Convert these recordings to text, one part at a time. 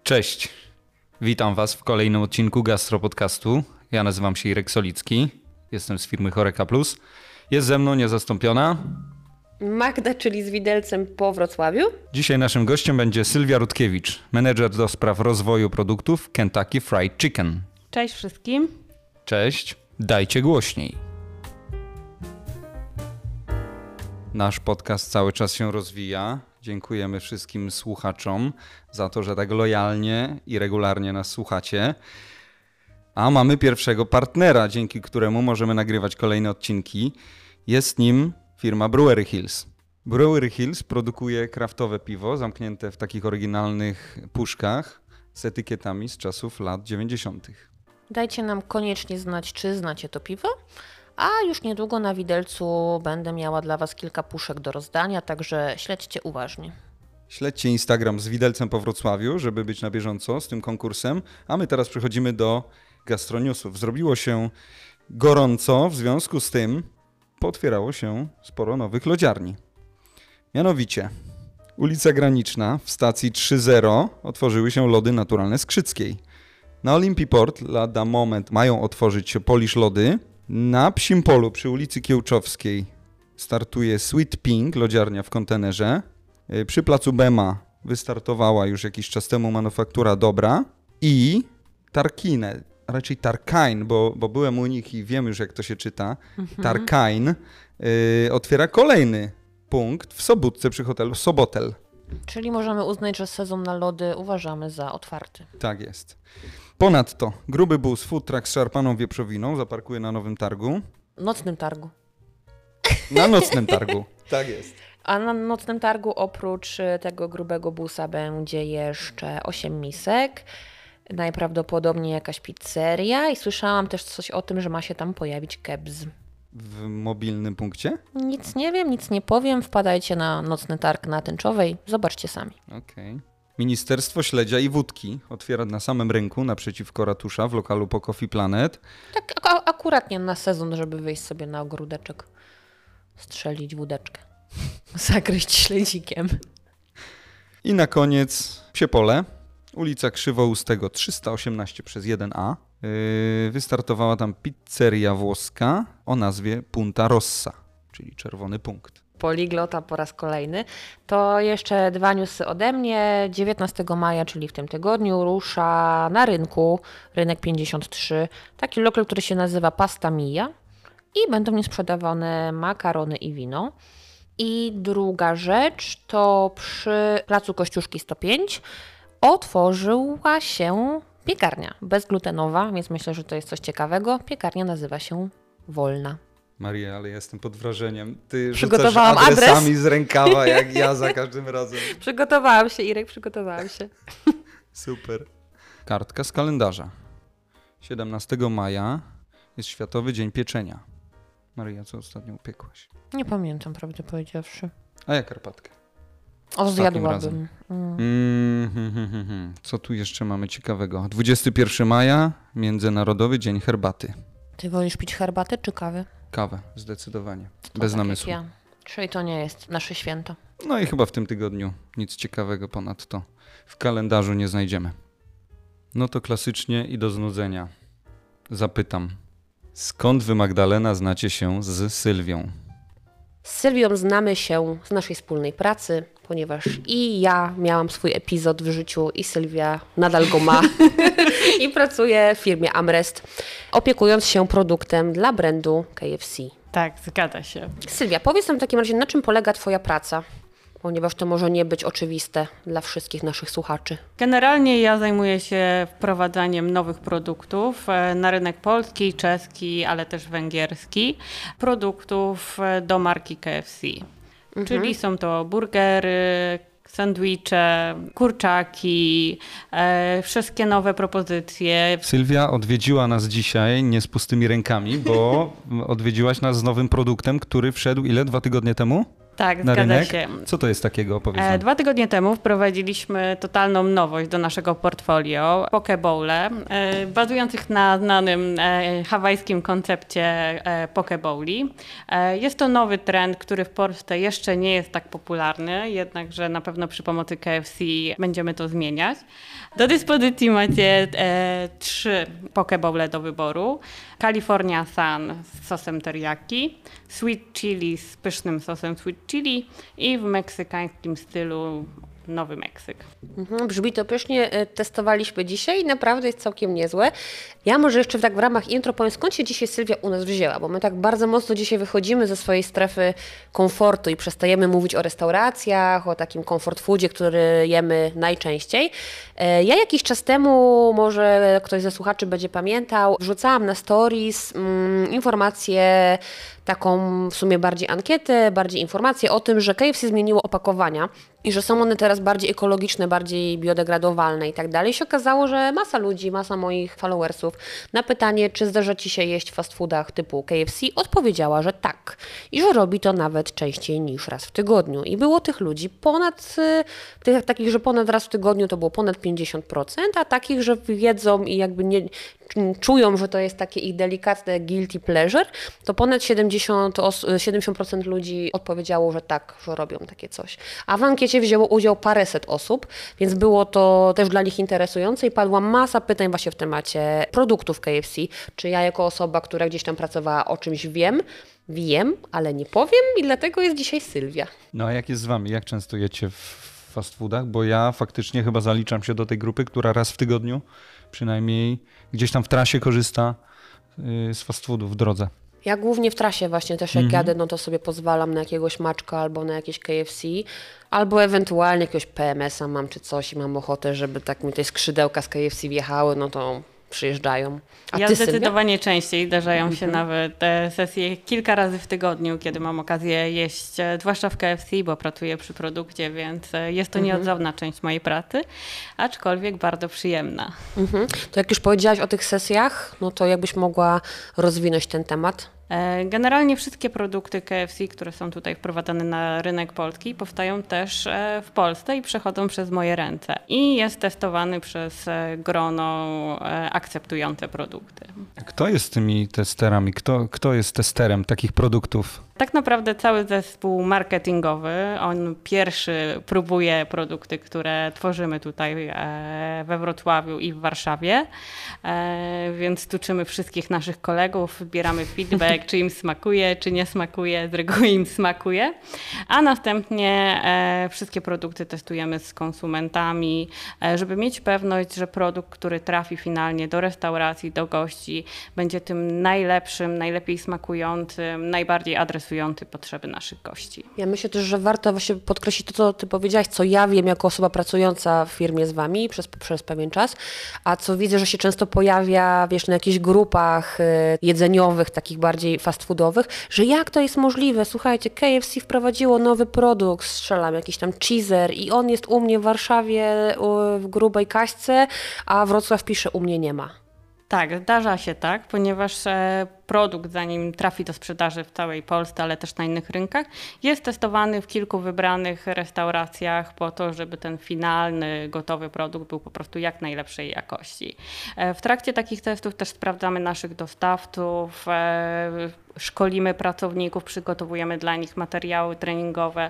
Cześć, witam Was w kolejnym odcinku Gastropodcastu. Ja nazywam się Irek Solicki, jestem z firmy Horeca Plus. Jest ze mną niezastąpiona Magda, czyli z widelcem po Wrocławiu. Dzisiaj naszym gościem będzie Sylwia Rutkiewicz, menedżer do spraw rozwoju produktów Kentucky Fried Chicken. Cześć wszystkim. Cześć, dajcie głośniej. Nasz podcast cały czas się rozwija. Dziękujemy wszystkim słuchaczom za to, że tak lojalnie i regularnie nas słuchacie. A mamy pierwszego partnera, dzięki któremu możemy nagrywać kolejne odcinki. Jest nim firma Brewery Hills. Brewery Hills produkuje kraftowe piwo zamknięte w takich oryginalnych puszkach z etykietami z czasów lat 90. Dajcie nam koniecznie znać, czy znacie to piwo. A już niedługo na widelcu będę miała dla Was kilka puszek do rozdania, także śledźcie uważnie. Śledźcie Instagram z widelcem po Wrocławiu, żeby być na bieżąco z tym konkursem. A my teraz przechodzimy do gastroniusów. Zrobiło się gorąco, w związku z tym pootwierało się sporo nowych lodziarni. Mianowicie ulica Graniczna w stacji 3.0 otworzyły się lody naturalne Skrzyckiej. Na Olimpii Port lada moment mają otworzyć się Polish lody. Na Psim Polu przy ulicy Kiełczowskiej startuje Sweet Pink, lodziarnia w kontenerze. Przy placu Bema wystartowała już jakiś czas temu manufaktura Dobra i Tarkine, raczej Tarkain, bo byłem u nich i wiem już jak to się czyta. Tarkain otwiera kolejny punkt w Sobótce przy hotelu Sobotel. Czyli możemy uznać, że sezon na lody uważamy za otwarty. Tak jest. Ponadto gruby bus food truck z szarpaną wieprzowiną zaparkuje na Nowym Targu. Nocnym targu. Na Nocnym Targu. Tak jest. A na Nocnym Targu oprócz tego grubego busa będzie jeszcze 8 misek. Najprawdopodobniej jakaś pizzeria i słyszałam też coś o tym, że ma się tam pojawić kebz. W mobilnym punkcie? Nic nie wiem, nic nie powiem. Wpadajcie na Nocny Targ na Tęczowej. Zobaczcie sami. Okej. Ministerstwo Śledzia i Wódki otwiera na samym rynku naprzeciwko ratusza w lokalu po Coffee Planet. Tak akurat nie na sezon, żeby wyjść sobie na ogródeczek, strzelić wódeczkę, zagryźć śledzikiem. I na koniec Psiepole, ulica Krzywoustego 318 przez 1A. Wystartowała tam pizzeria włoska o nazwie Punta Rossa, czyli Czerwony Punkt. Poliglota po raz kolejny. To jeszcze 2 newsy ode mnie. 19 maja, czyli w tym tygodniu, rusza na rynku, rynek 53, taki lokal, który się nazywa Pasta Mia i będą w nim sprzedawane makarony i wino. I druga rzecz to przy placu Kościuszki 105 otworzyła się piekarnia bezglutenowa, więc myślę, że to jest coś ciekawego. Piekarnia nazywa się Wolna. Maria, ale ja jestem pod wrażeniem. Ty Przygotowałam rzucasz adresami adres. z rękawa, jak ja za każdym razem. Przygotowałam się, Irek, przygotowałam się. Super. Kartka z kalendarza. 17 maja jest Światowy Dzień Pieczenia. Maria, co ostatnio upiekłaś? Nie pamiętam, prawdę powiedziawszy. A ja Karpatkę. O, Ostatnim razem. zjadłabym. Co tu jeszcze mamy ciekawego? 21 maja, Międzynarodowy Dzień Herbaty. Ty wolisz pić herbatę czy kawę? Kawę, zdecydowanie. To Bez tak namysłu. jak ja. Czyli to nie jest nasze święto. No i chyba w tym tygodniu nic ciekawego ponadto w kalendarzu nie znajdziemy. No to klasycznie i do znudzenia zapytam. Skąd wy, Magdalena, znacie się z Sylwią? Z Sylwią znamy się z naszej wspólnej pracy, ponieważ i ja miałam swój epizod w życiu i Sylwia nadal go ma i pracuje w firmie Amrest, opiekując się produktem dla brandu KFC. Tak, zgadza się. Sylwia, powiedz nam w takim razie, na czym polega Twoja praca? Ponieważ to może nie być oczywiste dla wszystkich naszych słuchaczy. Generalnie ja zajmuję się wprowadzaniem nowych produktów na rynek polski, czeski, ale też węgierski. Produktów do marki KFC. Czyli są to burgery, sandwicze, kurczaki, wszystkie nowe propozycje. Sylwia odwiedziła nas dzisiaj nie z pustymi rękami, bo odwiedziłaś nas z nowym produktem, który wszedł ile? 2 tygodnie temu? Tak, na zgadza rynek. się. Co to jest takiego, opowiedz nam. 2 tygodnie temu wprowadziliśmy totalną nowość do naszego portfolio, pokebowle, bazujących na znanym hawajskim koncepcie pokebowli. Jest to nowy trend, który w Polsce jeszcze nie jest tak popularny, jednakże na pewno przy pomocy KFC będziemy to zmieniać. Do dyspozycji macie 3 pokebowle do wyboru. California Sun z sosem teriyaki, Sweet Chili z pysznym sosem Sweet Chili i w meksykańskim stylu Nowy Meksyk. Brzmi to pysznie, testowaliśmy dzisiaj i naprawdę jest całkiem niezłe. Ja może jeszcze tak w ramach intro powiem, skąd się dzisiaj Sylwia u nas wzięła, bo my tak bardzo mocno dzisiaj wychodzimy ze swojej strefy komfortu i przestajemy mówić o restauracjach, o takim comfort foodzie, który jemy najczęściej. Ja jakiś czas temu, może ktoś ze słuchaczy będzie pamiętał, wrzucałam na stories informację, taką w sumie bardziej ankietę, bardziej informację o tym, że KFC zmieniło opakowania i że są one teraz bardziej ekologiczne, bardziej biodegradowalne i tak dalej. I się okazało, że masa ludzi, masa moich followersów na pytanie, czy zdarza Ci się jeść w fast foodach typu KFC, odpowiedziała, że tak. I że robi to nawet częściej niż raz w tygodniu. I było tych ludzi takich, że ponad raz w tygodniu to było ponad 50%, a takich, że wiedzą i jakby nie czują, że to jest takie ich delikatne guilty pleasure, to ponad 70% ludzi odpowiedziało, że tak, że robią takie coś. A w ankiecie wzięło udział paręset osób, więc było to też dla nich interesujące i padła masa pytań właśnie w temacie produktów KFC. Czy ja jako osoba, która gdzieś tam pracowała, o czymś wiem, ale nie powiem i dlatego jest dzisiaj Sylwia. No a jak jest z wami? Jak często jecie w fast foodach? Bo ja faktycznie chyba zaliczam się do tej grupy, która raz w tygodniu przynajmniej gdzieś tam w trasie korzysta z fast foodów w drodze. Ja głównie w trasie właśnie też jak jadę, no to sobie pozwalam na jakiegoś maczka albo na jakieś KFC, albo ewentualnie jakiegoś PMS-a mam czy coś i mam ochotę, żeby tak mi te skrzydełka z KFC wjechały, no to przyjeżdżają. A Ja ty, Sylwia? zdecydowanie częściej zdarzają się nawet te sesje kilka razy w tygodniu, kiedy mam okazję jeść, zwłaszcza w KFC, bo pracuję przy produkcie, więc jest to nieodzowna część mojej pracy, aczkolwiek bardzo przyjemna. To jak już powiedziałaś o tych sesjach, no to jakbyś mogła rozwinąć ten temat? Generalnie wszystkie produkty KFC, które są tutaj wprowadzane na rynek polski, powstają też w Polsce i przechodzą przez moje ręce. I jest testowany przez grono akceptujące produkty. Kto jest tymi testerami? Kto jest testerem takich produktów? Tak naprawdę cały zespół marketingowy, on pierwszy próbuje produkty, które tworzymy tutaj we Wrocławiu i w Warszawie, więc tuczymy wszystkich naszych kolegów, zbieramy feedback, czy im smakuje, czy nie smakuje, z reguły im smakuje, a następnie wszystkie produkty testujemy z konsumentami, żeby mieć pewność, że produkt, który trafi finalnie do restauracji, do gości, będzie tym najlepszym, najlepiej smakującym, najbardziej adresującym potrzeby naszych gości. Ja myślę też, że warto właśnie podkreślić to, co ty powiedziałaś, co ja wiem jako osoba pracująca w firmie z wami przez pewien czas, a co widzę, że się często pojawia, wiesz, na jakichś grupach jedzeniowych, takich bardziej fast foodowych, że jak to jest możliwe? Słuchajcie, KFC wprowadziło nowy produkt, strzelam, jakiś tam cheeser i on jest u mnie w Warszawie w grubej kaśce, a Wrocław pisze, u mnie nie ma. Tak, zdarza się tak, ponieważ produkt, zanim trafi do sprzedaży w całej Polsce, ale też na innych rynkach, jest testowany w kilku wybranych restauracjach po to, żeby ten finalny, gotowy produkt był po prostu jak najlepszej jakości. W trakcie takich testów też sprawdzamy naszych dostawców, szkolimy pracowników, przygotowujemy dla nich materiały treningowe,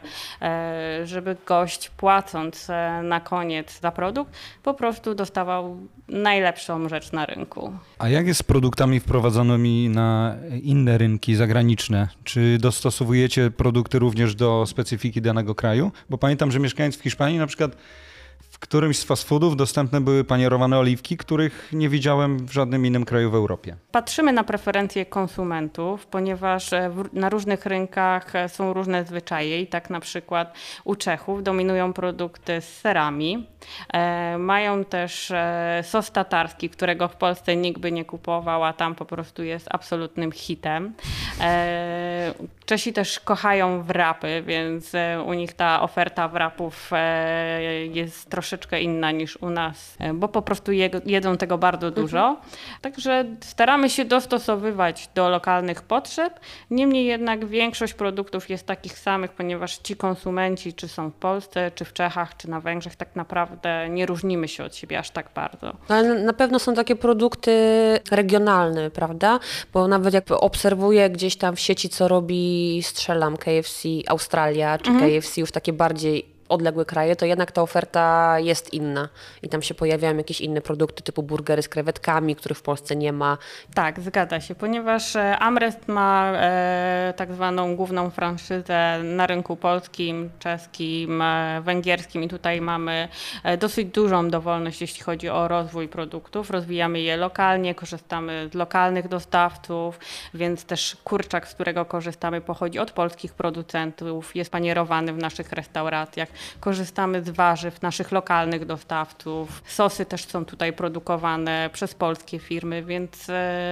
żeby gość płacąc na koniec za produkt, po prostu dostawał najlepszą rzecz na rynku. A jak jest z produktami wprowadzonymi na inne rynki zagraniczne? Czy dostosowujecie produkty również do specyfiki danego kraju? Bo pamiętam, że mieszkając w Hiszpanii na przykład w którymś z fast foodów dostępne były panierowane oliwki, których nie widziałem w żadnym innym kraju w Europie. Patrzymy na preferencje konsumentów, ponieważ na różnych rynkach są różne zwyczaje i tak na przykład u Czechów dominują produkty z serami. Mają też sos tatarski, którego w Polsce nikt by nie kupował, a tam po prostu jest absolutnym hitem. Czesi też kochają wrapy, więc u nich ta oferta wrapów jest troszeczkę inna niż u nas, bo po prostu jedzą tego bardzo dużo. Także staramy się dostosowywać do lokalnych potrzeb. Niemniej jednak większość produktów jest takich samych, ponieważ ci konsumenci, czy są w Polsce, czy w Czechach, czy na Węgrzech, tak naprawdę nie różnimy się od siebie aż tak bardzo. Ale na pewno są takie produkty regionalne, prawda? Bo nawet jak obserwuję gdzieś tam w sieci, co strzelam KFC Australia, czy KFC już takie bardziej odległe kraje, to jednak ta oferta jest inna i tam się pojawiają jakieś inne produkty typu burgery z krewetkami, których w Polsce nie ma. Tak, zgadza się, ponieważ Amrest ma tak zwaną główną franczyzę na rynku polskim, czeskim, węgierskim i tutaj mamy dosyć dużą dowolność, jeśli chodzi o rozwój produktów. Rozwijamy je lokalnie, korzystamy z lokalnych dostawców, więc też kurczak, z którego korzystamy, pochodzi od polskich producentów, jest panierowany w naszych restauracjach. Korzystamy z warzyw naszych lokalnych dostawców. Sosy też są tutaj produkowane przez polskie firmy, więc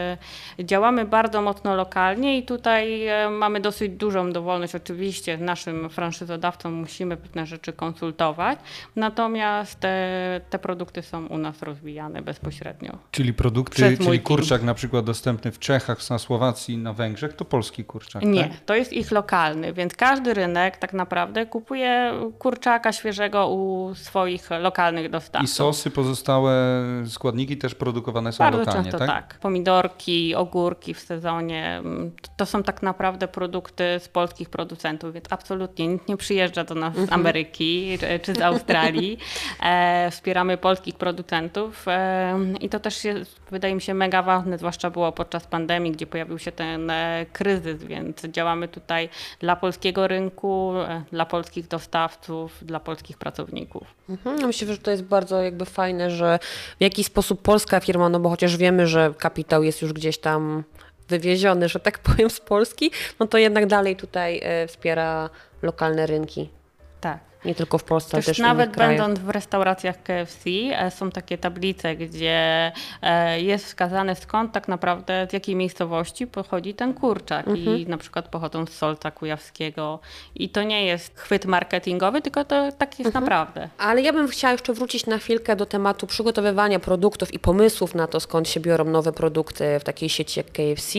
działamy bardzo mocno lokalnie i tutaj mamy dosyć dużą dowolność. Oczywiście z naszym franszyzodawcą musimy pewne rzeczy konsultować, natomiast te produkty są u nas rozwijane bezpośrednio. Czyli produkty, czyli kurczak na przykład dostępny w Czechach, na Słowacji, na Węgrzech, to polski kurczak, Nie, tak? to jest ich lokalny, więc każdy rynek tak naprawdę kupuje kurczaka świeżego u swoich lokalnych dostawców. I sosy, pozostałe składniki też produkowane są bardzo lokalnie, często tak? Pomidorki, ogórki w sezonie, to są tak naprawdę produkty z polskich producentów, więc absolutnie nikt nie przyjeżdża do nas z Ameryki czy z Australii. Wspieramy polskich producentów i to też jest, wydaje mi się, mega ważne, zwłaszcza było podczas pandemii, gdzie pojawił się ten kryzys, więc działamy tutaj dla polskiego rynku, dla polskich dostawców, dla polskich pracowników. Myślę, że to jest bardzo jakby fajne, że w jakiś sposób polska firma, no bo chociaż wiemy, że kapitał jest już gdzieś tam wywieziony, że tak powiem, z Polski, no to jednak dalej tutaj wspiera lokalne rynki. Tak. Nie tylko w Polsce, ale też w innych nawet krajach. będąc w restauracjach KFC są takie tablice, gdzie jest wskazane skąd tak naprawdę, z jakiej miejscowości pochodzi ten kurczak i na przykład pochodzą z Solca Kujawskiego i to nie jest chwyt marketingowy, tylko to tak jest naprawdę. Ale ja bym chciała jeszcze wrócić na chwilkę do tematu przygotowywania produktów i pomysłów na to, skąd się biorą nowe produkty w takiej sieci jak KFC.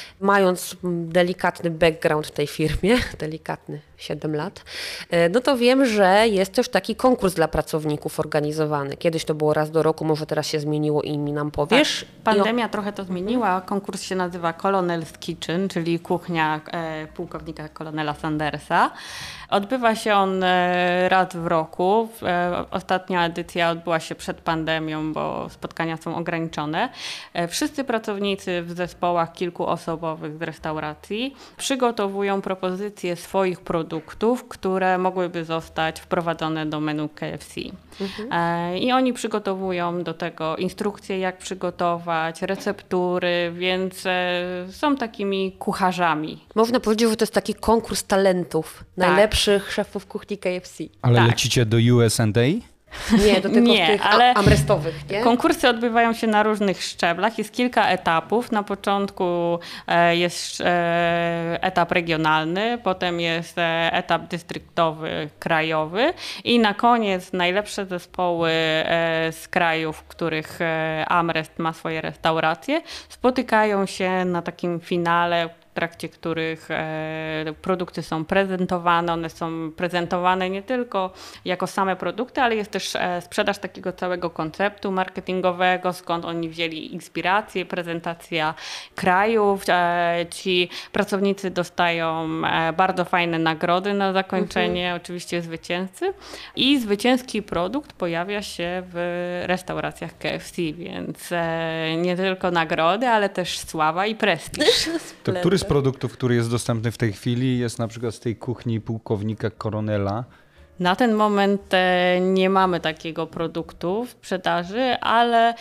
Mając delikatny background w tej firmie, delikatny 7 lat, no to wiem, że jest też taki konkurs dla pracowników organizowany. Kiedyś to było raz do roku, może teraz się zmieniło i mi nam powiesz. Tak, pandemia trochę to zmieniła. Konkurs się nazywa Colonel's Kitchen, czyli kuchnia pułkownika kolonela Sandersa. Odbywa się on raz w roku. Ostatnia edycja odbyła się przed pandemią, bo spotkania są ograniczone. Wszyscy pracownicy w zespołach kilkuosobowych z restauracji przygotowują propozycje swoich produktów, które mogłyby zostać wprowadzone do menu KFC. I oni przygotowują do tego instrukcje, jak przygotować, receptury, więc są takimi kucharzami. Można powiedzieć, że to jest taki konkurs talentów najlepszych szefów kuchni KFC. Ale lecicie do USA? Nie, do tych, ale amrestowych, nie? Konkursy odbywają się na różnych szczeblach. Jest kilka etapów. Na początku jest etap regionalny, potem jest etap dystryktowy, krajowy i na koniec najlepsze zespoły z krajów, w których Amrest ma swoje restauracje, spotykają się na takim finale, w trakcie których produkty są prezentowane. One są prezentowane nie tylko jako same produkty, ale jest też sprzedaż takiego całego konceptu marketingowego, skąd oni wzięli inspirację, prezentacja krajów. Ci pracownicy dostają bardzo fajne nagrody na zakończenie, oczywiście zwycięzcy. I zwycięski produkt pojawia się w restauracjach KFC, więc nie tylko nagrody, ale też sława i prestiż. To który z produktów, który jest dostępny w tej chwili, jest na przykład z tej kuchni pułkownika Koronela? Na ten moment nie mamy takiego produktu w sprzedaży, ale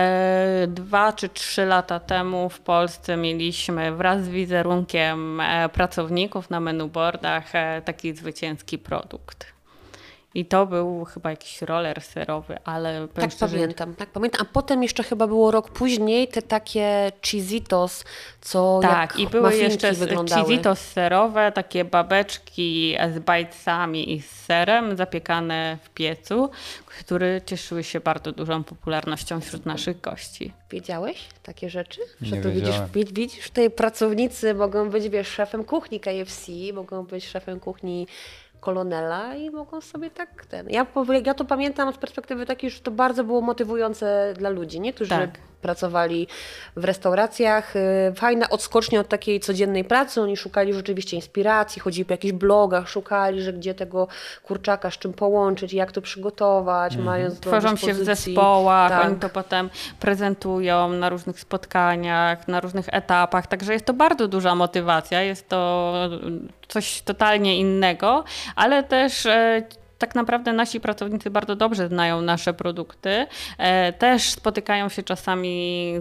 2 czy 3 lata temu w Polsce mieliśmy wraz z wizerunkiem pracowników na menu boardach taki zwycięski produkt. I to był chyba jakiś roller serowy, ale powiem Tak szczerze, pamiętam, tak pamiętam. A potem jeszcze chyba było rok później te takie cheesitos, co tak, jak i były muffinki jeszcze wyglądały. cheesitos serowe, takie babeczki z bajcami i z serem zapiekane w piecu, które cieszyły się bardzo dużą popularnością wśród naszych gości. Wiedziałeś takie rzeczy? Że Nie tu wiedziałem. widzisz, tutaj pracownicy mogą być, wiesz, szefem kuchni KFC, mogą być szefem kuchni Kolonela i mogą sobie tak Ja to pamiętam z perspektywy takiej, że to bardzo było motywujące dla ludzi, nie? Którzy Tak. pracowali w restauracjach. Fajna odskocznia od takiej codziennej pracy. Oni szukali rzeczywiście inspiracji, chodzili po jakichś blogach, szukali, że gdzie tego kurczaka z czym połączyć, jak to przygotować, mając do Tworzą się w dyspozycji. zespołach, Tak. oni to potem prezentują na różnych spotkaniach, na różnych etapach, także jest to bardzo duża motywacja, jest to coś totalnie innego, ale też tak naprawdę nasi pracownicy bardzo dobrze znają nasze produkty, też spotykają się czasami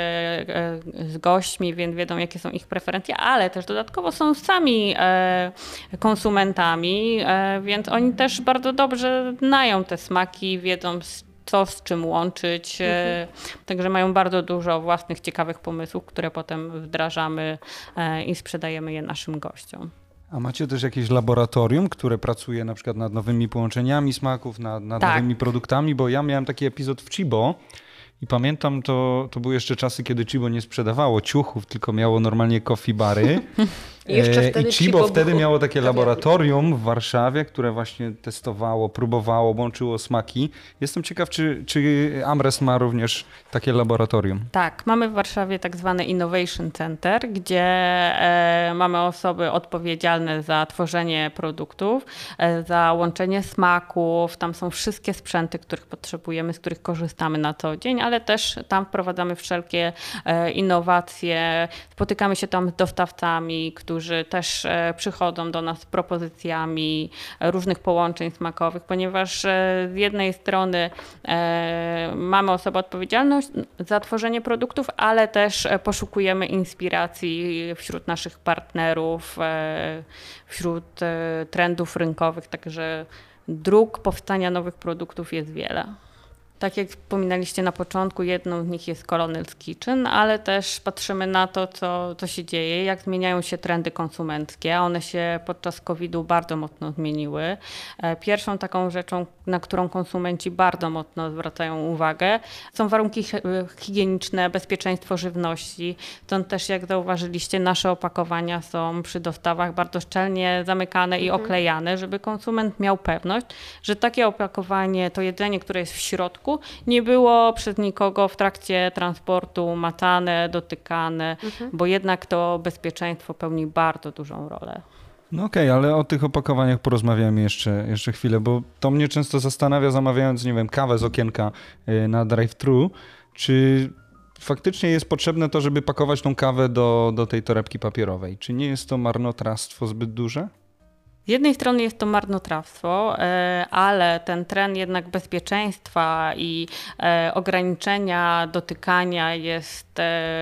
z gośćmi, więc wiedzą, jakie są ich preferencje, ale też dodatkowo są sami konsumentami, więc oni też bardzo dobrze znają te smaki, wiedzą co z czym łączyć, także mają bardzo dużo własnych ciekawych pomysłów, które potem wdrażamy i sprzedajemy je naszym gościom. A macie też jakieś laboratorium, które pracuje na przykład nad nowymi połączeniami smaków, nad Tak. nowymi produktami? Bo ja miałem taki epizod w Chibo i pamiętam, to były jeszcze czasy, kiedy Chibo nie sprzedawało ciuchów, tylko miało normalnie coffee bary. I jeszcze wtedy I Chibo wtedy było miało takie kawiarni. laboratorium w Warszawie, które właśnie testowało, próbowało, łączyło smaki. Jestem ciekaw, czy Amres ma również takie laboratorium. Tak, mamy w Warszawie tak zwane Innovation Center, gdzie mamy osoby odpowiedzialne za tworzenie produktów, za łączenie smaków. Tam są wszystkie sprzęty, których potrzebujemy, z których korzystamy na co dzień, ale też tam wprowadzamy wszelkie innowacje. Spotykamy się tam z dostawcami, którzy też przychodzą do nas z propozycjami różnych połączeń smakowych, ponieważ z jednej strony mamy osobę odpowiedzialną za tworzenie produktów, ale też poszukujemy inspiracji wśród naszych partnerów, wśród trendów rynkowych, także dróg powstania nowych produktów jest wiele. Tak jak wspominaliście na początku, jedną z nich jest Colonel's Kitchen, ale też patrzymy na to, co się dzieje, jak zmieniają się trendy konsumenckie, a one się podczas COVID-u bardzo mocno zmieniły. Pierwszą taką rzeczą, na którą konsumenci bardzo mocno zwracają uwagę, są warunki higieniczne, bezpieczeństwo żywności. Stąd też, jak zauważyliście, nasze opakowania są przy dostawach bardzo szczelnie zamykane i oklejane, żeby konsument miał pewność, że takie opakowanie, to jedzenie, które jest w środku, nie było przez nikogo w trakcie transportu macane, dotykane, bo jednak to bezpieczeństwo pełni bardzo dużą rolę. No okej, ale o tych opakowaniach porozmawiamy jeszcze chwilę, bo to mnie często zastanawia, zamawiając, nie wiem, kawę z okienka na drive-thru, czy faktycznie jest potrzebne to, żeby pakować tą kawę do tej torebki papierowej? Czy nie jest to marnotrawstwo zbyt duże? Z jednej strony jest to marnotrawstwo, ale ten trend jednak bezpieczeństwa i ograniczenia dotykania jest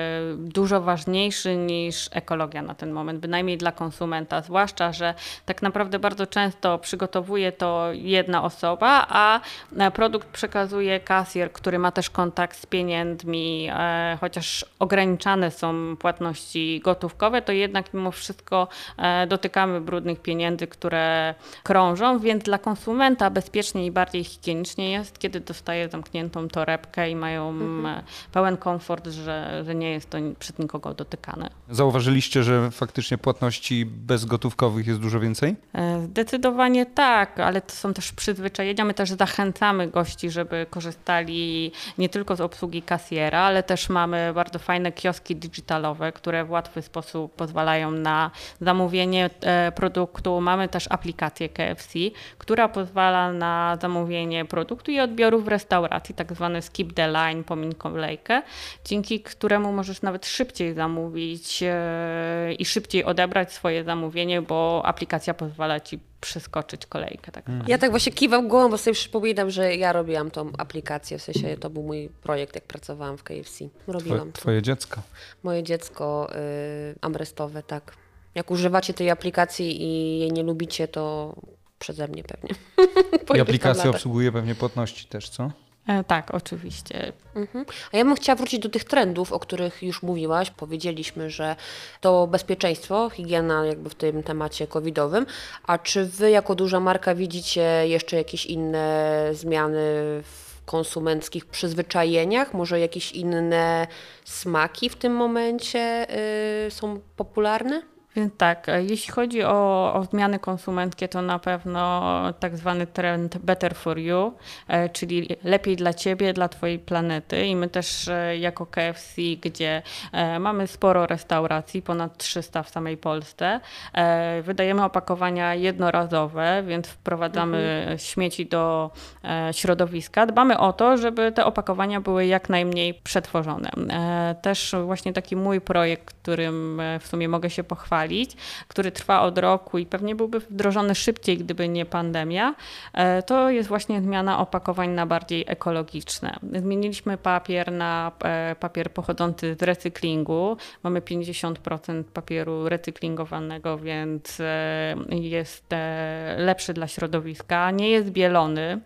dużo ważniejszy niż ekologia na ten moment, bynajmniej dla konsumenta, zwłaszcza, że tak naprawdę bardzo często przygotowuje to jedna osoba, a produkt przekazuje kasjer, który ma też kontakt z pieniędzmi, chociaż ograniczane są płatności gotówkowe, to jednak mimo wszystko dotykamy brudnych pieniędzy, które krążą, więc dla konsumenta bezpieczniej i bardziej higienicznie jest, kiedy dostaje zamkniętą torebkę i mają pełen komfort, że nie jest to przez nikogo dotykane. Zauważyliście, że faktycznie płatności bezgotówkowych jest dużo więcej? Zdecydowanie tak, ale to są też przyzwyczajenia. My też zachęcamy gości, żeby korzystali nie tylko z obsługi kasjera, ale też mamy bardzo fajne kioski digitalowe, które w łatwy sposób pozwalają na zamówienie produktu. Mamy też aplikację KFC, która pozwala na zamówienie produktu i odbioru w restauracji, tak zwany skip the line, pomiń kolejkę, dzięki któremu możesz nawet szybciej zamówić i szybciej odebrać swoje zamówienie, bo aplikacja pozwala ci przeskoczyć kolejkę. Tak zwaną. Ja tak właśnie kiwam głową, bo sobie przypominam, że ja robiłam tą aplikację, w sensie to był mój projekt, jak pracowałam w KFC. Robiłam to. Twoje dziecko. Moje dziecko amrestowe, tak. Jak używacie tej aplikacji i jej nie lubicie, to przeze mnie pewnie. I aplikacja obsługuje pewnie płatności też, co? Tak, oczywiście. A ja bym chciała wrócić do tych trendów, o których już mówiłaś. Powiedzieliśmy, że to bezpieczeństwo, higiena jakby w tym temacie covidowym. A czy wy jako duża marka widzicie jeszcze jakieś inne zmiany w konsumenckich przyzwyczajeniach? Może jakieś inne smaki w tym momencie są popularne? Więc tak, jeśli chodzi o zmiany konsumenckie, to na pewno tak zwany trend better for you, czyli lepiej dla ciebie, dla twojej planety. I my też jako KFC, gdzie mamy sporo restauracji, ponad 300 w samej Polsce, wydajemy opakowania jednorazowe, więc wprowadzamy śmieci do środowiska. Dbamy o to, żeby te opakowania były jak najmniej przetworzone. Też właśnie taki mój projekt, którym w sumie mogę się pochwalić, który trwa od roku i pewnie byłby wdrożony szybciej, gdyby nie pandemia, to jest właśnie zmiana opakowań na bardziej ekologiczne. Zmieniliśmy papier na papier pochodzący z recyklingu. Mamy 50% papieru recyklingowanego, więc jest lepszy dla środowiska. Nie jest bielony,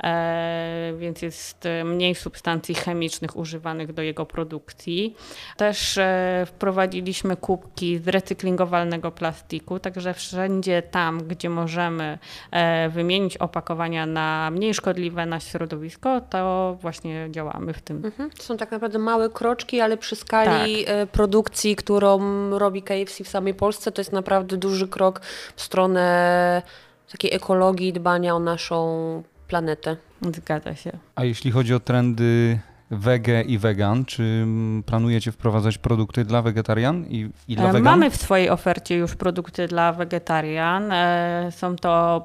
więc jest mniej substancji chemicznych używanych do jego produkcji. Też wprowadziliśmy kubki z recyklingowanego plastiku, także wszędzie tam, gdzie możemy wymienić opakowania na mniej szkodliwe na środowisko, to właśnie działamy w tym. To są tak naprawdę małe kroczki, ale przy skali produkcji, którą robi KFC w samej Polsce, to jest naprawdę duży krok w stronę takiej ekologii, dbania o naszą planetę. Zgadza się. A jeśli chodzi o trendy wege i wegan, czy planujecie wprowadzać produkty dla wegetarian i dla wegan? Mamy w swojej ofercie już produkty dla wegetarian. Są to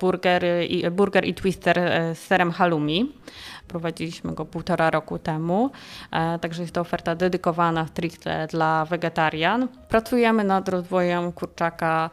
burger i twister z serem halloumi. Prowadziliśmy go 1,5 roku temu, także jest to oferta dedykowana stricte dla wegetarian. Pracujemy nad rozwojem kurczaka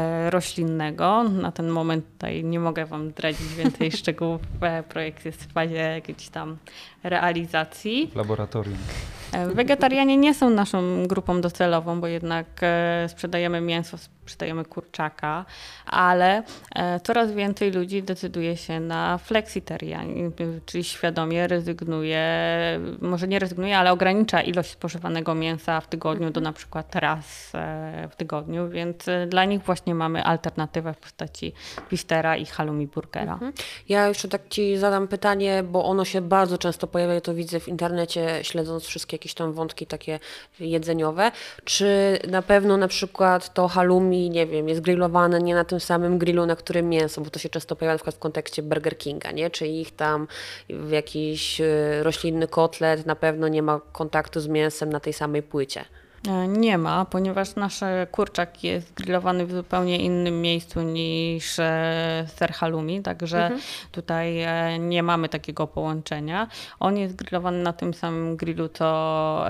roślinnego. Na ten moment tutaj nie mogę wam zdradzić więcej szczegółów. Projekt jest w fazie jakiejś tam realizacji. W laboratorium. Wegetarianie nie są naszą grupą docelową, bo jednak sprzedajemy mięso, sprzedajemy kurczaka, ale coraz więcej ludzi decyduje się na flexitarian, czyli świadomie rezygnuje, może nie rezygnuje, ale ogranicza ilość spożywanego mięsa w tygodniu do na przykład raz w tygodniu, więc dla nich właśnie mamy alternatywę w postaci twistera i halloumi burgera. Ja jeszcze tak ci zadam pytanie, bo ono się bardzo często pojawia, ja to widzę w internecie, śledząc wszystkie jakieś tam wątki takie jedzeniowe. Czy na pewno na przykład to halloumi, nie wiem, jest grillowane nie na tym samym grillu, na którym mięso, bo to się często pojawia na przykład w kontekście Burger Kinga, nie? Czy ich tam w jakiś roślinny kotlet na pewno nie ma kontaktu z mięsem na tej samej płycie. Nie ma, ponieważ nasz kurczak jest grillowany w zupełnie innym miejscu niż ser halloumi, także tutaj nie mamy takiego połączenia. On jest grillowany na tym samym grillu co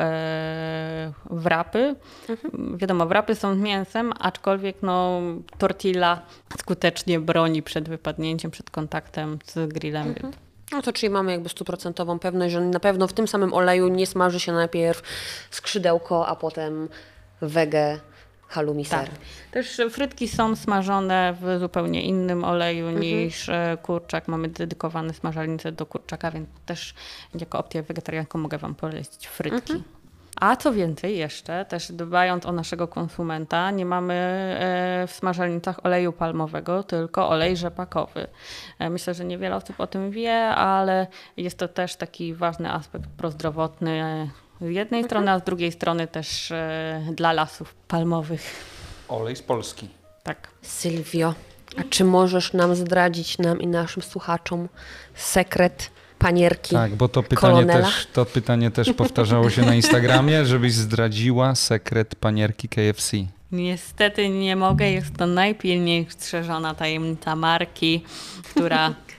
wrapy. Wiadomo, wrapy są z mięsem, aczkolwiek no, tortilla skutecznie broni przed wypadnięciem, przed kontaktem z grillem. No to czyli mamy jakby 100% pewność, że na pewno w tym samym oleju nie smaży się najpierw skrzydełko, a potem wege halloumi ser. Tak. Też frytki są smażone w zupełnie innym oleju niż kurczak. Mamy dedykowane smażalnice do kurczaka, więc też jako opcję wegetarianką mogę wam polecić frytki. A co więcej jeszcze, też dbając o naszego konsumenta, nie mamy w smażalnicach oleju palmowego, tylko olej rzepakowy. Myślę, że niewiele osób o tym wie, ale jest to też taki ważny aspekt prozdrowotny z jednej strony, a z drugiej strony też dla lasów palmowych. Olej z Polski. Tak. Sylwio, a czy możesz nam zdradzić, nam i naszym słuchaczom, sekret panierki Tak, bo Kolonela? to pytanie też powtarzało się na Instagramie, żebyś zdradziła sekret panierki KFC. Niestety nie mogę, jest to najpilniej strzeżona tajemnica marki, która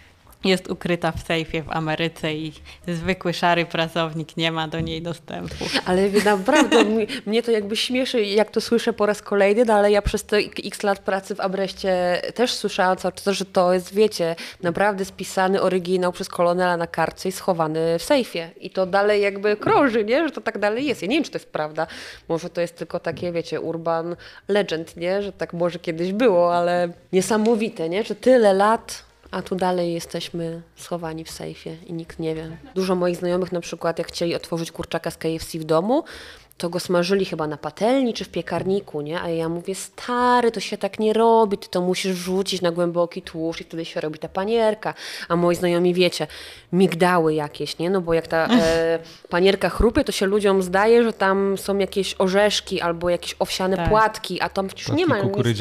jest ukryta w sejfie w Ameryce i zwykły szary pracownik nie ma do niej dostępu. Ale naprawdę mnie to jakby śmieszy, jak to słyszę po raz kolejny, no ale ja przez te x lat pracy w Abreście też słyszałam cały czas, że to jest, wiecie, naprawdę spisany oryginał przez kolonela na kartce i schowany w sejfie. I to dalej jakby krąży, nie? Że to tak dalej jest. Ja nie wiem, czy to jest prawda. Może to jest tylko takie, wiecie, urban legend, nie? Że tak może kiedyś było, ale niesamowite, nie? Że tyle lat, a tu dalej jesteśmy schowani w sejfie i nikt nie wie. Dużo moich znajomych na przykład, jak chcieli otworzyć kurczaka z KFC w domu, to go smażyli chyba na patelni czy w piekarniku, nie? A ja mówię, stary, to się tak nie robi, ty to musisz wrzucić na głęboki tłuszcz i wtedy się robi ta panierka. A moi znajomi, wiecie, migdały jakieś, nie? No bo jak ta panierka chrupie, to się ludziom zdaje, że tam są jakieś orzeszki albo jakieś owsiane płatki, a tam przecież nie ma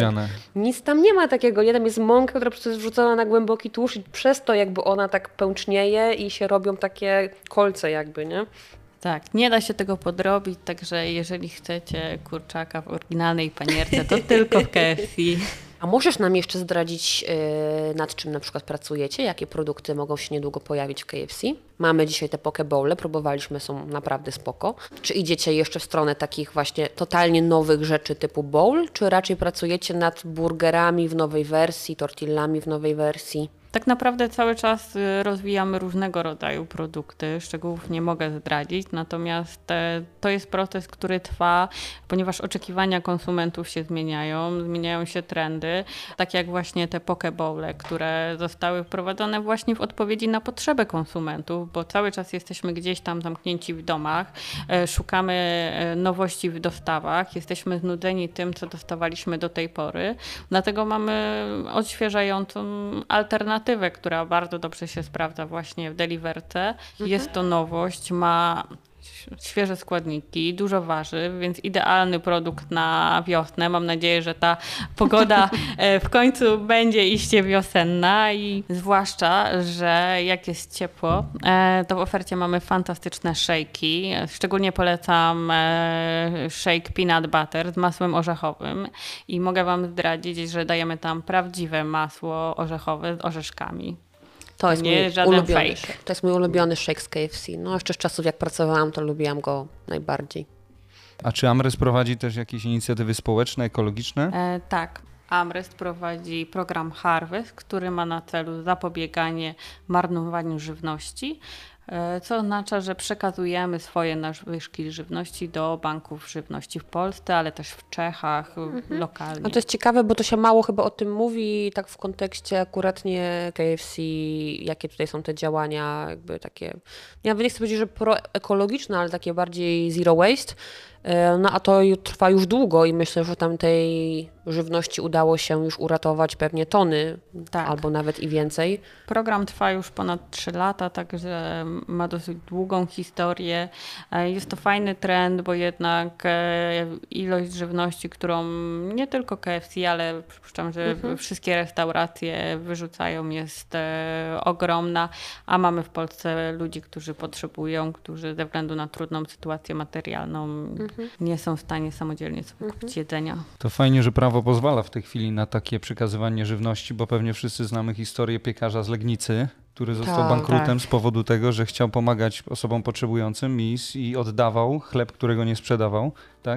nic tam nie ma takiego. Nie, tam jest mąka, która po prostu jest wrzucona na głęboki tłuszcz i przez to jakby ona tak pęcznieje i się robią takie kolce jakby, nie? Tak, nie da się tego podrobić, także jeżeli chcecie kurczaka w oryginalnej panierce, to tylko w KFC. A możesz nam jeszcze zdradzić, nad czym na przykład pracujecie? Jakie produkty mogą się niedługo pojawić w KFC? Mamy dzisiaj te poke bowle, próbowaliśmy, są naprawdę spoko. Czy idziecie jeszcze w stronę takich właśnie totalnie nowych rzeczy typu bowl, czy raczej pracujecie nad burgerami w nowej wersji, tortillami w nowej wersji? Tak naprawdę cały czas rozwijamy różnego rodzaju produkty, szczegółów nie mogę zdradzić, natomiast to jest proces, który trwa, ponieważ oczekiwania konsumentów się zmieniają się trendy, tak jak właśnie te poke bowle, które zostały wprowadzone właśnie w odpowiedzi na potrzeby konsumentów, bo cały czas jesteśmy gdzieś tam zamknięci w domach, szukamy nowości w dostawach, jesteśmy znudzeni tym, co dostawaliśmy do tej pory, dlatego mamy odświeżającą alternatywę, która bardzo dobrze się sprawdza właśnie w Deliverce. Jest to nowość, ma świeże składniki, dużo warzyw, więc idealny produkt na wiosnę. Mam nadzieję, że ta pogoda w końcu będzie iście wiosenna i zwłaszcza, że jak jest ciepło, to w ofercie mamy fantastyczne szejki. Szczególnie polecam shake peanut butter z masłem orzechowym i mogę Wam zdradzić, że dajemy tam prawdziwe masło orzechowe z orzeszkami. To jest mój ulubiony shake. To jest mój ulubiony shake z KFC. No jeszcze z czasów jak pracowałam, to lubiłam go najbardziej. A czy Amrest prowadzi też jakieś inicjatywy społeczne, ekologiczne? Tak. Amrest prowadzi program Harvest, który ma na celu zapobieganie marnowaniu żywności, co oznacza, że przekazujemy swoje nadwyżki żywności do banków żywności w Polsce, ale też w Czechach, lokalnie. No to jest ciekawe, bo to się mało chyba o tym mówi, tak w kontekście akurat nie KFC, jakie tutaj są te działania, jakby takie, ja nie chcę powiedzieć, że proekologiczne, ale takie bardziej zero waste. No a to trwa już długo i myślę, że tam tej żywności udało się już uratować pewnie tony, tak, albo nawet i więcej. Program trwa już ponad 3 lata, także ma dosyć długą historię. Jest to fajny trend, bo jednak ilość żywności, którą nie tylko KFC, ale przypuszczam, że wszystkie restauracje wyrzucają, jest ogromna, a mamy w Polsce ludzi, którzy potrzebują, którzy ze względu na trudną sytuację materialną nie są w stanie samodzielnie sobie kupić jedzenia. To fajnie, że prawo pozwala w tej chwili na takie przekazywanie żywności, bo pewnie wszyscy znamy historię piekarza z Legnicy, który został bankrutem z powodu tego, że chciał pomagać osobom potrzebującym i oddawał chleb, którego nie sprzedawał, tak?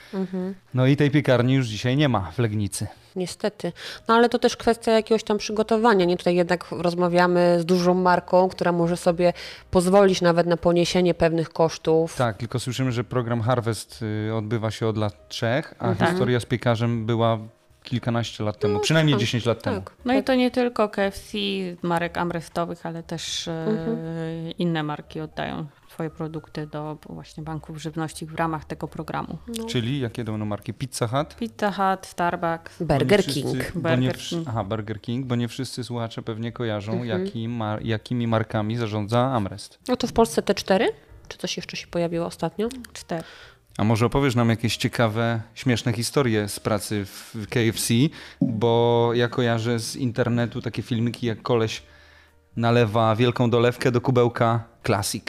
No i tej piekarni już dzisiaj nie ma w Legnicy. Niestety. No ale to też kwestia jakiegoś tam przygotowania. Nie? Tutaj jednak rozmawiamy z dużą marką, która może sobie pozwolić nawet na poniesienie pewnych kosztów. Tak, tylko słyszymy, że program Harvest odbywa się od lat 3, a historia z piekarzem była kilkanaście lat temu, przynajmniej 10 lat temu. No i to nie tylko KFC, marek amrestowych, ale też inne marki oddają swoje produkty do właśnie banków żywności w ramach tego programu. No. Czyli jakie będą marki? Pizza Hut? Pizza Hut, Starbucks. Burger King. Burger King, bo nie wszyscy słuchacze pewnie kojarzą, jakimi markami zarządza Amrest. No to w Polsce te 4? Czy coś jeszcze się pojawiło ostatnio? 4. A może opowiesz nam jakieś ciekawe, śmieszne historie z pracy w KFC, bo ja kojarzę z internetu takie filmiki, jak koleś nalewa wielką dolewkę do kubełka Classic.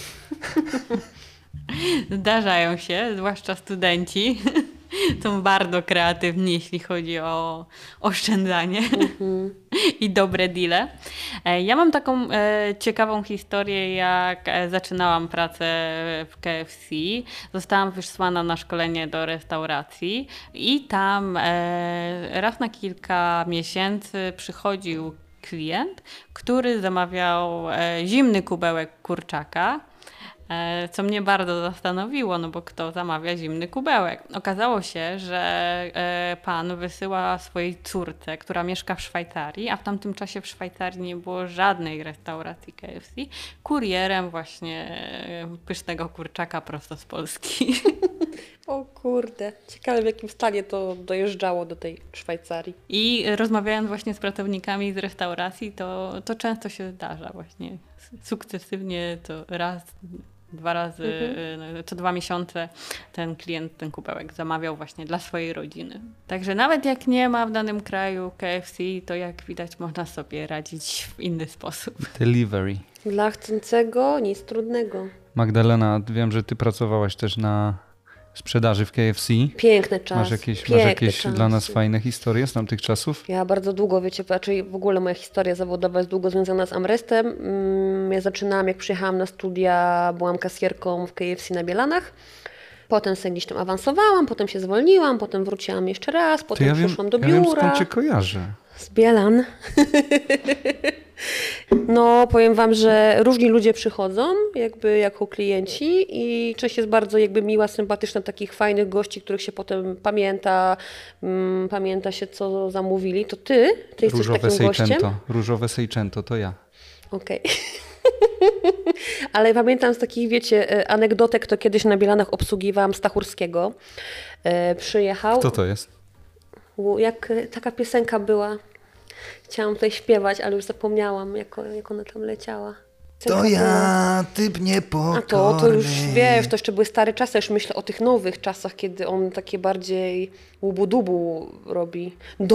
Zdarzają się, zwłaszcza studenci. Są bardzo kreatywni, jeśli chodzi o oszczędzanie. i dobre deale. Ja mam taką ciekawą historię, jak zaczynałam pracę w KFC. Zostałam wysłana na szkolenie do restauracji i tam raz na kilka miesięcy przychodził klient, który zamawiał zimny kubełek kurczaka, co mnie bardzo zastanowiło, no bo kto zamawia zimny kubełek? Okazało się, że pan wysyła swojej córce, która mieszka w Szwajcarii, a w tamtym czasie w Szwajcarii nie było żadnej restauracji KFC, kurierem właśnie pysznego kurczaka prosto z Polski. O kurde, ciekawe w jakim stanie to dojeżdżało do tej Szwajcarii. I rozmawiając właśnie z pracownikami z restauracji, to często się zdarza właśnie sukcesywnie, to raz, 2 razy, co 2 miesiące ten klient ten kubełek zamawiał właśnie dla swojej rodziny. Także nawet jak nie ma w danym kraju KFC, to jak widać można sobie radzić w inny sposób. Delivery. Dla chcącego nic trudnego. Magdalena, wiem, że ty pracowałaś też na sprzedaży w KFC. Piękny czas. Masz piękny jakieś czas. dla nas fajne historie z tamtych czasów? Ja bardzo długo, wiecie, raczej w ogóle moja historia zawodowa jest długo związana z Amrestem. Ja zaczynałam, jak przyjechałam na studia, byłam kasjerką w KFC na Bielanach. Potem sobie gdzieś tam awansowałam, potem się zwolniłam, potem wróciłam jeszcze raz, To potem przyszłam do biura. Ja wiem, skąd cię kojarzę. Z Bielan. No, powiem wam, że różni ludzie przychodzą jakby jako klienci i część jest bardzo jakby miła, sympatyczna, takich fajnych gości, których się potem pamięta, pamięta się co zamówili. To ty jesteś takim gościem? Różowe Seicento to ja. Okej. Ale pamiętam z takich, wiecie, anegdotek, to kiedyś na Bielanach obsługiwałam Stachurskiego. Przyjechał. Kto to jest? Jak taka piosenka była. Chciałam tutaj śpiewać, ale już zapomniałam, jak ona tam leciała. To ja, typ niepokorny. A to już wiesz, to jeszcze były stare czasy, już myślę o tych nowych czasach, kiedy on takie bardziej łubu-dubu robi.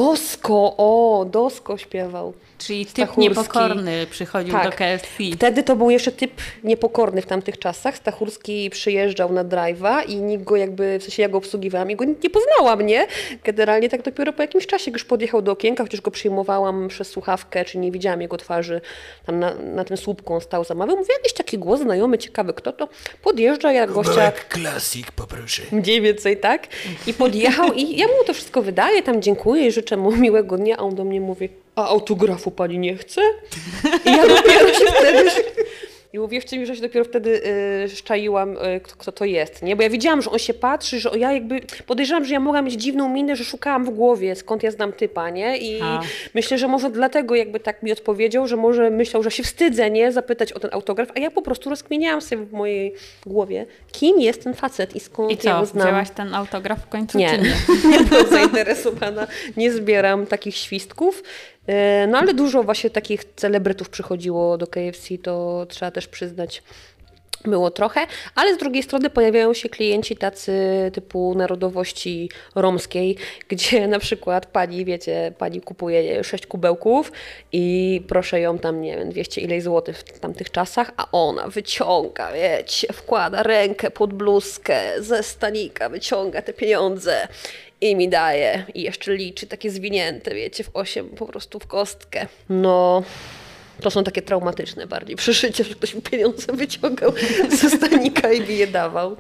Dosko śpiewał. Czyli typ Stachurski. niepokorny przychodził Tak. do KFC. Wtedy to był jeszcze typ niepokorny w tamtych czasach. Stachurski przyjeżdżał na drive'a i nikt go jakby, w sensie ja go obsługiwałam i go nie poznała mnie. Generalnie tak dopiero po jakimś czasie, jak już podjechał do okienka, chociaż go przyjmowałam przez słuchawkę, czy nie widziałam jego twarzy, tam na tym słupku on stał, zamawiał. Mówię, jakiś taki głos znajomy, ciekawy kto to. Podjeżdża, ja gościa... Klasik poproszę. Mniej więcej, tak? I podjechał i ja mu to wszystko wydaję, tam dziękuję i życzę mu miłego dnia, a on do mnie mówi, a autografu pani nie chce? I ja dopiero się wtedy... I uwierzcie mi, że się dopiero wtedy szczaiłam, kto to jest, nie? Bo ja widziałam, że on się patrzy, że ja jakby podejrzewam, że ja mogłam mieć dziwną minę, że szukałam w głowie, skąd ja znam typa, nie? I myślę, że może dlatego jakby tak mi odpowiedział, że może myślał, że się wstydzę, nie? Zapytać o ten autograf, a ja po prostu rozkminiałam sobie w mojej głowie, kim jest ten facet i skąd I ja go co, znam. wzięłaś ten autograf w końcu, Nie, czy nie? nie byłam zainteresowana, nie zbieram takich świstków. No ale dużo właśnie takich celebrytów przychodziło do KFC, to trzeba też przyznać. Było trochę, ale z drugiej strony pojawiają się klienci tacy typu narodowości romskiej, gdzie na przykład pani kupuje 6 kubełków i proszę ją tam, nie wiem, 200 ileś złotych w tamtych czasach, a ona wyciąga, wiecie, wkłada rękę pod bluzkę, ze stanika wyciąga te pieniądze i mi daje. I jeszcze liczy takie zwinięte, wiecie, w 8 po prostu w kostkę. No... To są takie traumatyczne bardziej przeżycia, że ktoś mi pieniądze wyciągał ze stanika i mi je dawał.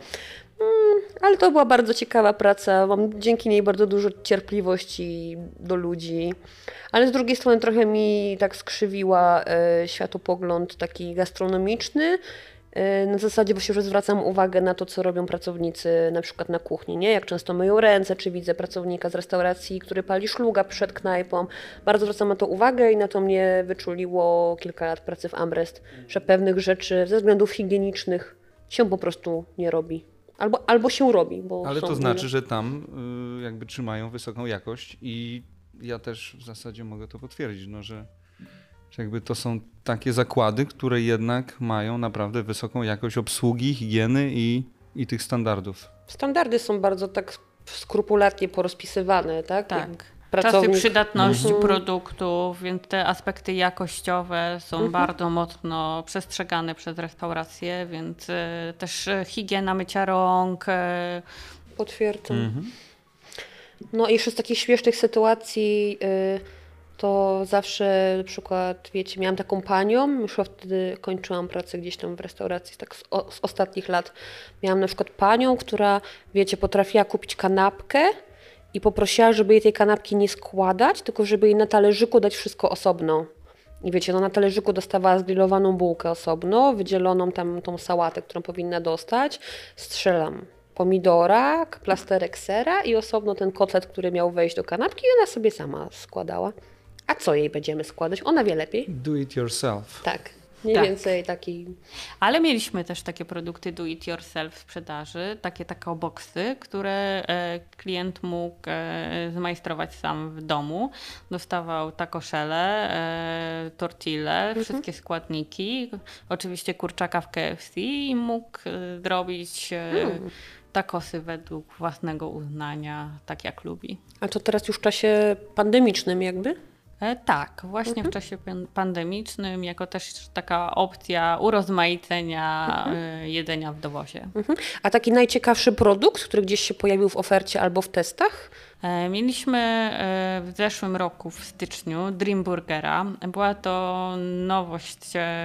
Ale to była bardzo ciekawa praca. Mam dzięki niej bardzo dużo cierpliwości do ludzi. Ale z drugiej strony trochę mi tak skrzywiła światopogląd taki gastronomiczny. Na zasadzie właśnie, że zwracam uwagę na to, co robią pracownicy na przykład na kuchni, nie? Jak często myją ręce, czy widzę pracownika z restauracji, który pali szluga przed knajpą. Bardzo zwracam na to uwagę i na to mnie wyczuliło kilka lat pracy w Amrest, że pewnych rzeczy ze względów higienicznych się po prostu nie robi. Albo się robi. Bo Ale są to znaczy, że tam jakby trzymają wysoką jakość i ja też w zasadzie mogę to potwierdzić, no, że jakby to są takie zakłady, które jednak mają naprawdę wysoką jakość obsługi, higieny i tych standardów. Standardy są bardzo tak skrupulatnie porozpisywane, tak? Tak. Pracownik... Czasy przydatności produktów, więc te aspekty jakościowe są bardzo mocno przestrzegane przez restauracje, więc też higiena mycia rąk. Potwierdzam. No i jeszcze z takich śmiesznych sytuacji to zawsze na przykład, wiecie, miałam taką panią, już wtedy kończyłam pracę gdzieś tam w restauracji, tak z ostatnich lat. Miałam na przykład panią, która, wiecie, potrafiła kupić kanapkę i poprosiła, żeby jej tej kanapki nie składać, tylko żeby jej na talerzyku dać wszystko osobno. I wiecie, no na talerzyku dostawała zgrillowaną bułkę osobno, wydzieloną tam tą sałatę, którą powinna dostać. Strzelam pomidora, plasterek sera i osobno ten kotlet, który miał wejść do kanapki i ona sobie sama składała. A co jej będziemy składać? Ona wie lepiej. Do it yourself. Tak, mniej Tak. więcej taki... Ale mieliśmy też takie produkty do it yourself w sprzedaży, takie boxy, które klient mógł zmajstrować sam w domu. Dostawał takoszele, tortille, wszystkie składniki, oczywiście kurczaka w KFC i mógł zrobić takosy według własnego uznania, tak jak lubi. A to teraz już w czasie pandemicznym jakby? Tak, właśnie w czasie pandemicznym, jako też taka opcja urozmaicenia jedzenia w dowozie. A taki najciekawszy produkt, który gdzieś się pojawił w ofercie albo w testach? Mieliśmy w zeszłym roku, w styczniu, Dream Burgera. Była to nowość.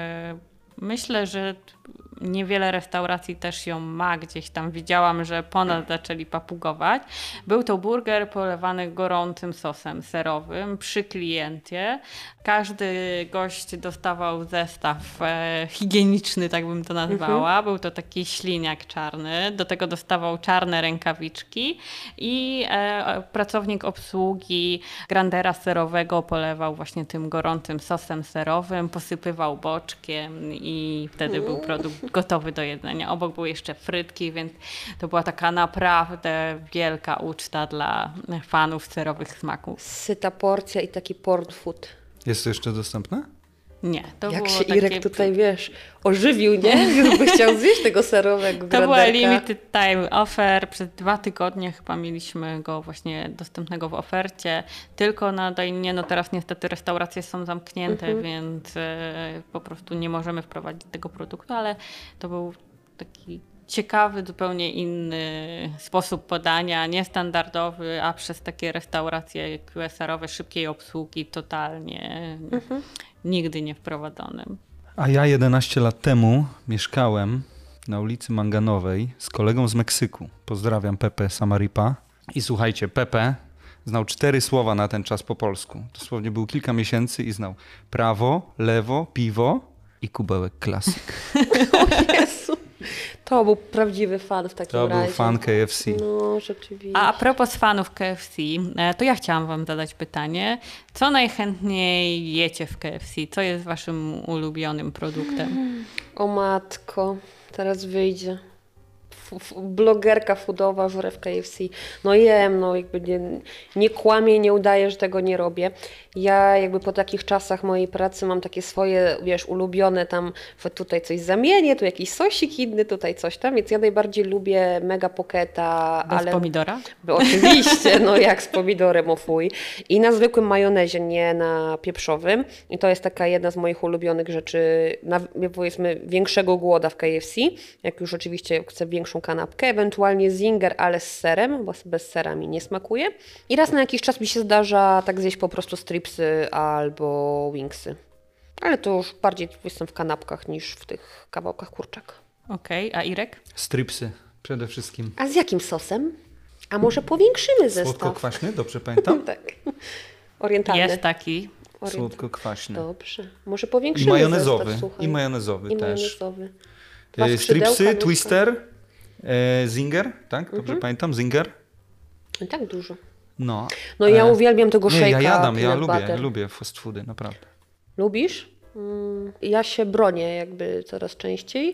Myślę, że niewiele restauracji też ją ma gdzieś tam. Widziałam, że ponad zaczęli papugować. Był to burger polewany gorącym sosem serowym przy kliencie. Każdy gość dostawał zestaw higieniczny, tak bym to nazwała. Był to taki śliniak czarny. Do tego dostawał czarne rękawiczki i pracownik obsługi grandera serowego polewał właśnie tym gorącym sosem serowym, posypywał boczkiem i wtedy był produkt gotowy do jedzenia. Obok były jeszcze frytki, więc to była taka naprawdę wielka uczta dla fanów serowych smaków. Syta porcja i taki porn food. Jest to jeszcze dostępne? Nie, to Jak było się takie... Irek tutaj, wiesz, ożywił, nie? Już by chciał zjeść tego serowego To była granderka. limited time offer. Przez 2 tygodnie chyba mieliśmy go właśnie dostępnego w ofercie. Tylko na Dainie, no teraz niestety restauracje są zamknięte, więc po prostu nie możemy wprowadzić tego produktu, ale to był taki ciekawy, zupełnie inny sposób podania, niestandardowy, a przez takie restauracje QSR-owe, szybkiej obsługi totalnie nigdy nie wprowadzonym. A ja 11 lat temu mieszkałem na ulicy Manganowej z kolegą z Meksyku. Pozdrawiam Pepe Samaripa. I słuchajcie, Pepe znał 4 słowa na ten czas po polsku. Dosłownie był kilka miesięcy i znał prawo, lewo, piwo i kubełek klasyk. O Jezu. To był prawdziwy fan w takim To razie. był fan KFC. No, rzeczywiście. A propos fanów KFC, to ja chciałam wam zadać pytanie. Co najchętniej jecie w KFC? Co jest waszym ulubionym produktem? O matko, teraz wyjdzie. Blogerka foodowa żre w KFC. No jem, no jakby nie kłamię, nie udaję, że tego nie robię. Ja jakby po takich czasach mojej pracy mam takie swoje, wiesz, ulubione tam, tutaj coś zamienię, tu jakiś sosik inny, tutaj coś tam, więc ja najbardziej lubię Mega Pocketa. Bez pomidora? Oczywiście, no jak z pomidorem, o fuj. I na zwykłym majonezie, nie na pieprzowym. I to jest taka jedna z moich ulubionych rzeczy, powiedzmy większego głoda w KFC, jak już oczywiście chcę większą kanapkę, ewentualnie zinger, ale z serem, bo bez sera mi nie smakuje. I raz na jakiś czas mi się zdarza tak zjeść po prostu stripsy albo wingsy. Ale to już bardziej jestem w kanapkach niż w tych kawałkach kurczaka. Okej, a Irek? Stripsy przede wszystkim. A z jakim sosem? A może powiększymy zestaw? Słodko-kwaśny, dobrze pamiętam? Tak. Orientalny. Jest taki. Słodko-kwaśny. Dobrze. Może I powiększymy majonezowy. zestaw, słuchaj. I majonezowy I też. majonezowy. Dwa skrzydełka, Stripsy, nóżka. Twister, zinger, tak? Dobrze pamiętam? Zinger? I tak dużo. No. No ja uwielbiam tego Nie, shake'a. ja jadam, ja peanut butter. lubię fast foody, naprawdę. Lubisz? Ja się bronię jakby coraz częściej,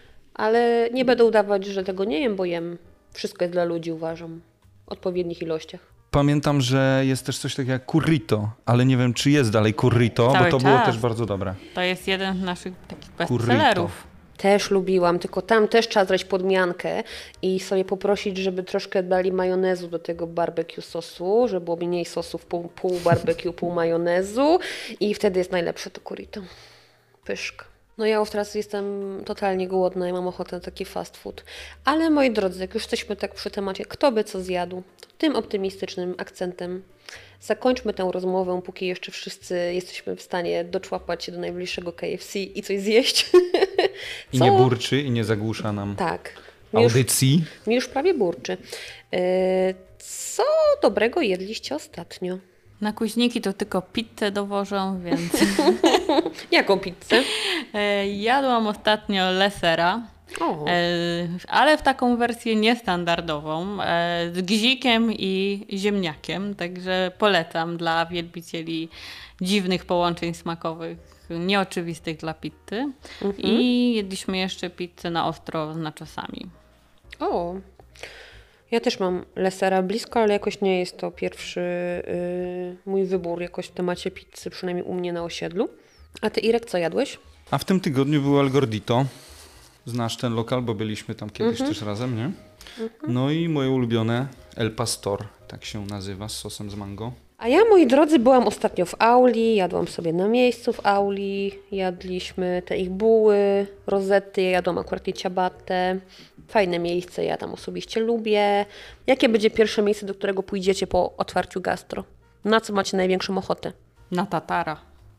ale nie będę udawać, że tego nie jem, bo jem. Wszystko jest dla ludzi, uważam. W odpowiednich ilościach. Pamiętam, że jest też coś takiego jak currito, ale nie wiem, czy jest dalej currito, Cały bo to było czas. też bardzo dobre. To jest jeden z naszych takich Currito. bestsellerów. Też lubiłam, tylko tam też trzeba zrobić podmiankę i sobie poprosić, żeby troszkę dali majonezu do tego barbecue sosu, żeby było mniej sosów, pół barbecue, pół majonezu i wtedy jest najlepsze to currito. Pyszka. No ja już teraz jestem totalnie głodna i mam ochotę na taki fast food. Ale moi drodzy, jak już jesteśmy tak przy temacie, kto by co zjadł, to tym optymistycznym akcentem zakończmy tę rozmowę, póki jeszcze wszyscy jesteśmy w stanie doczłapać się do najbliższego KFC i coś zjeść. I nie burczy, i nie zagłusza nam Tak. audycji. Mi już prawie burczy. Co dobrego jedliście ostatnio? Na Kuźniki to tylko pizzę dowożą, więc Jaką pizzę? jadłam ostatnio lesera. O. Ale w taką wersję niestandardową, z gzikiem i ziemniakiem, także polecam dla wielbicieli dziwnych połączeń smakowych, nieoczywistych dla pizzy. I jedliśmy jeszcze pizzę na ostro z nachosami. O. Ja też mam lesera blisko, ale jakoś nie jest to pierwszy mój wybór jakoś w temacie pizzy, przynajmniej u mnie na osiedlu. A ty, Irek, co jadłeś? A w tym tygodniu był El Gordito. Znasz ten lokal, bo byliśmy tam kiedyś też razem, nie? No i moje ulubione El Pastor, tak się nazywa, z sosem z mango. A ja, moi drodzy, byłam ostatnio w Auli, jadłam sobie na miejscu w Auli, jadliśmy te ich buły, rozety, ja jadłam akurat jej ciabattę. Fajne miejsce, ja tam osobiście lubię. Jakie będzie pierwsze miejsce, do którego pójdziecie po otwarciu gastro? Na co macie największą ochotę? Na tatara.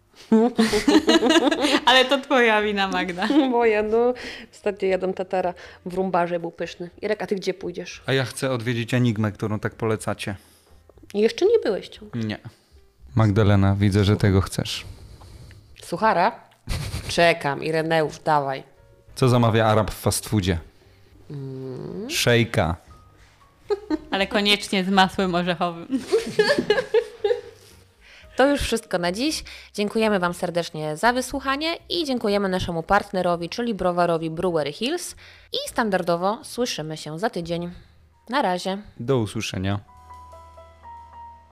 Ale to twoja wina, Magda. Moja, no. Ostatnio jadłam tatara w rumbarze, był pyszny. Irek, a ty gdzie pójdziesz? A ja chcę odwiedzić Enigmę, którą tak polecacie. Jeszcze nie byłeś ciągle. Nie. Magdalena, widzę, że tego chcesz. Suchara? Czekam, Ireneusz, dawaj. Co zamawia Arab w fast foodzie? Szejka. Ale koniecznie z masłem orzechowym. To już wszystko na dziś. Dziękujemy Wam serdecznie za wysłuchanie i dziękujemy naszemu partnerowi, czyli browarowi Brewery Hills. I standardowo słyszymy się za tydzień. Na razie. Do usłyszenia.